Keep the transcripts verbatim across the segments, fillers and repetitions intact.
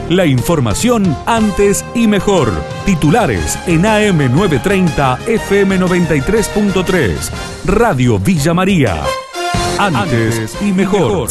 La información antes y mejor. Titulares en A M novecientos treinta, F M noventa y tres punto tres. Radio Villa María. Antes y mejor.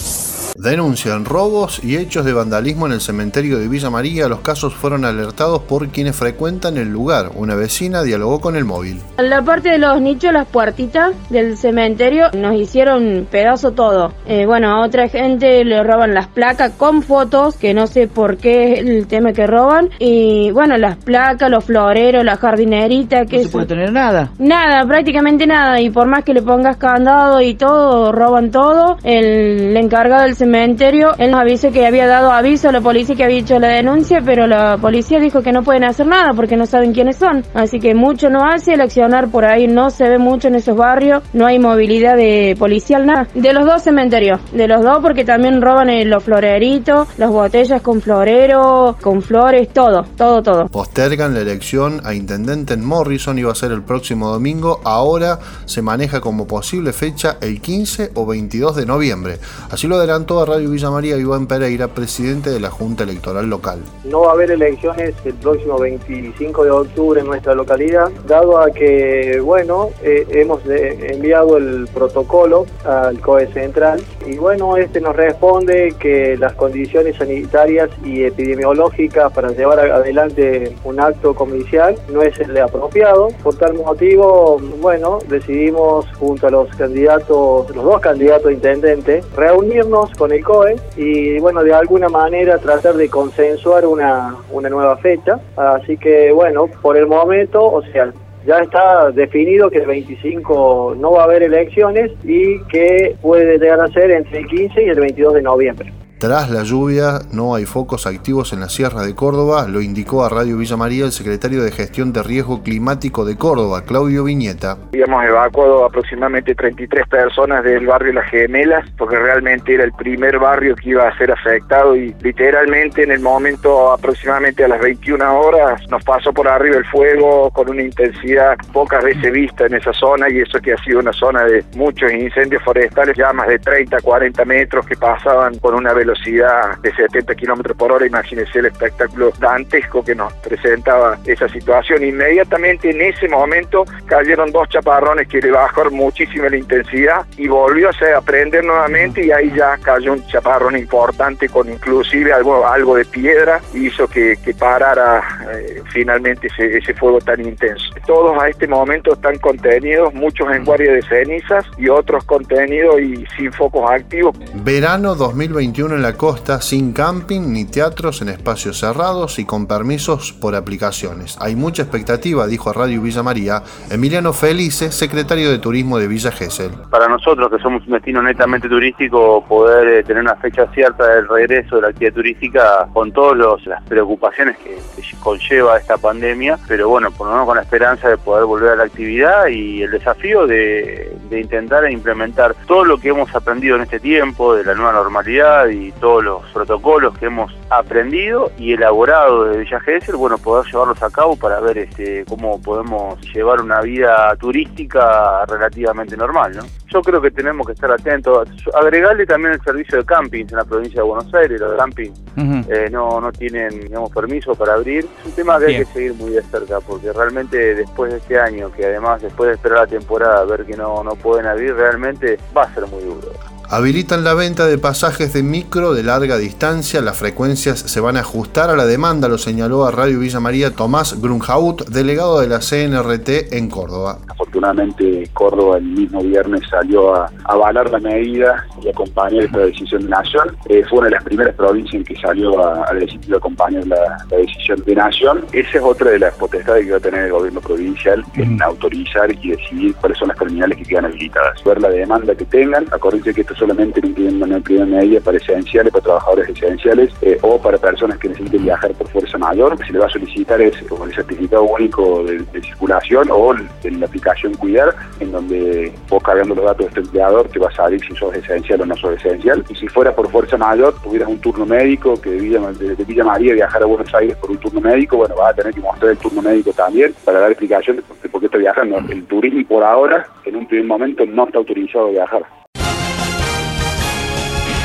Denuncian robos y hechos de vandalismo en el cementerio de Villa María. Los casos fueron alertados por quienes frecuentan el lugar. Una vecina dialogó con el móvil. En la parte de los nichos, las puertitas del cementerio, nos hicieron pedazo todo. Eh, bueno, a otra gente le roban las placas con fotos, que no sé por qué es el tema que roban. Y bueno, las placas, los floreros, la jardinerita. Que no se puede tener nada. Nada, prácticamente nada. Y por más que le pongas candado y todo, roban todo. El, el encargado del cementerio cementerio, él nos avisó que había dado aviso a la policía que había hecho la denuncia, pero la policía dijo que no pueden hacer nada porque no saben quiénes son, así que mucho no hace, el accionar por ahí no se ve mucho en esos barrios, no hay movilidad de policial, nada, de los dos cementerios, de los dos porque también roban eh, los floreritos, las botellas con florero, con flores, todo, todo, todo. Postergan la elección a intendente en Morrison, iba a ser el próximo domingo, ahora se maneja como posible fecha el quince o veintidós de noviembre, así lo adelantó a Radio Villa María Iván Pereira, presidente de la Junta Electoral Local. No va a haber elecciones el próximo veinticinco de octubre en nuestra localidad, dado a que, bueno, eh, hemos de, enviado el protocolo al C O E Central y, bueno, este nos responde que las condiciones sanitarias y epidemiológicas para llevar adelante un acto comercial no es el apropiado. Por tal motivo, bueno, decidimos junto a los candidatos, los dos candidatos a intendente, reunirnos con el C O E y, bueno, de alguna manera tratar de consensuar una, una nueva fecha. Así que, bueno, por el momento, o sea, ya está definido que el veinticinco no va a haber elecciones y que puede llegar a ser entre el quince y el veintidós de noviembre. Tras la lluvia, no hay focos activos en la Sierra de Córdoba, lo indicó a Radio Villa María el secretario de Gestión de Riesgo Climático de Córdoba, Claudio Viñeta. Habíamos evacuado aproximadamente treinta y tres personas del barrio Las Gemelas, porque realmente era el primer barrio que iba a ser afectado y literalmente en el momento aproximadamente a las veintiuna horas nos pasó por arriba el fuego con una intensidad pocas veces vista en esa zona, y eso que ha sido una zona de muchos incendios forestales, llamas de treinta a cuarenta metros que pasaban con una velocidad de setenta kilómetros por hora. Imagínense el espectáculo dantesco que nos presentaba esa situación. Inmediatamente en ese momento cayeron dos chaparrones que le bajaron muchísimo la intensidad y volvió a, hacer, a prender nuevamente, y ahí ya cayó un chaparrón importante con inclusive algo, algo de piedra, y hizo que, que parara eh, finalmente ese, ese fuego tan intenso. Todos a este momento están contenidos, muchos en guardia de cenizas y otros contenidos y sin focos activos. Verano dos mil veintiuno en la costa, sin camping ni teatros, en espacios cerrados y con permisos por aplicaciones. Hay mucha expectativa, dijo a Radio Villa María Emiliano Felice, secretario de Turismo de Villa Gesell. Para nosotros, que somos un destino netamente turístico, poder eh, tener una fecha cierta del regreso de la actividad turística con todas las preocupaciones que, que conlleva esta pandemia, pero bueno, por lo menos con la esperanza de poder volver a la actividad y el desafío de, de intentar implementar todo lo que hemos aprendido en este tiempo de la nueva normalidad y todos los protocolos que hemos aprendido y elaborado de Villa Gesell, bueno, poder llevarlos a cabo para ver este cómo podemos llevar una vida turística relativamente normal, ¿no? Yo creo que tenemos que estar atentos, agregarle también el servicio de campings en la provincia de Buenos Aires. Los campings uh-huh. eh, no, no tienen, digamos, permiso para abrir. Es un tema que Bien. hay que seguir muy de cerca, porque realmente después de este año, que además después de esperar la temporada, ver que no, no pueden abrir, realmente va a ser muy duro. Habilitan la venta de pasajes de micro de larga distancia. Las frecuencias se van a ajustar a la demanda, lo señaló a Radio Villa María Tomás Grunhaut, delegado de la C N R T en Córdoba. Afortunadamente, Córdoba el mismo viernes salió a avalar la medida y acompañar esta decisión de Nación. Eh, fue una de las primeras provincias en que salió a, a decidir acompañar la, la decisión de Nación. Esa es otra de las potestades que va a tener el gobierno provincial, mm. en autorizar y decidir cuáles son las terminales que quedan habilitadas. Ver la demanda que tengan. Acuérdense que esto solamente no impiden medida para esenciales, para trabajadores esenciales eh, o para personas que necesiten viajar por fuerza mayor. Lo que se le va a solicitar es como el certificado único de, de circulación o de la aplicación Cuidar, en donde vos cargando los datos de este empleador te va a salir si sos esencial o no sos esencial. Y si fuera por fuerza mayor, tuvieras un turno médico, que de Villa, de, de Villa María viajar a Buenos Aires por un turno médico, bueno, vas a tener que mostrar el turno médico también para dar explicación de por qué estás viajando. El turismo por ahora, en un primer momento, no está autorizado a viajar.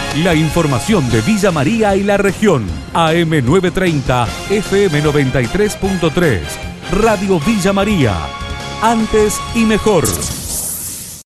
La información de Villa María y la región. A M novecientos treinta, F M noventa y tres punto tres. Radio Villa María. Antes y mejor.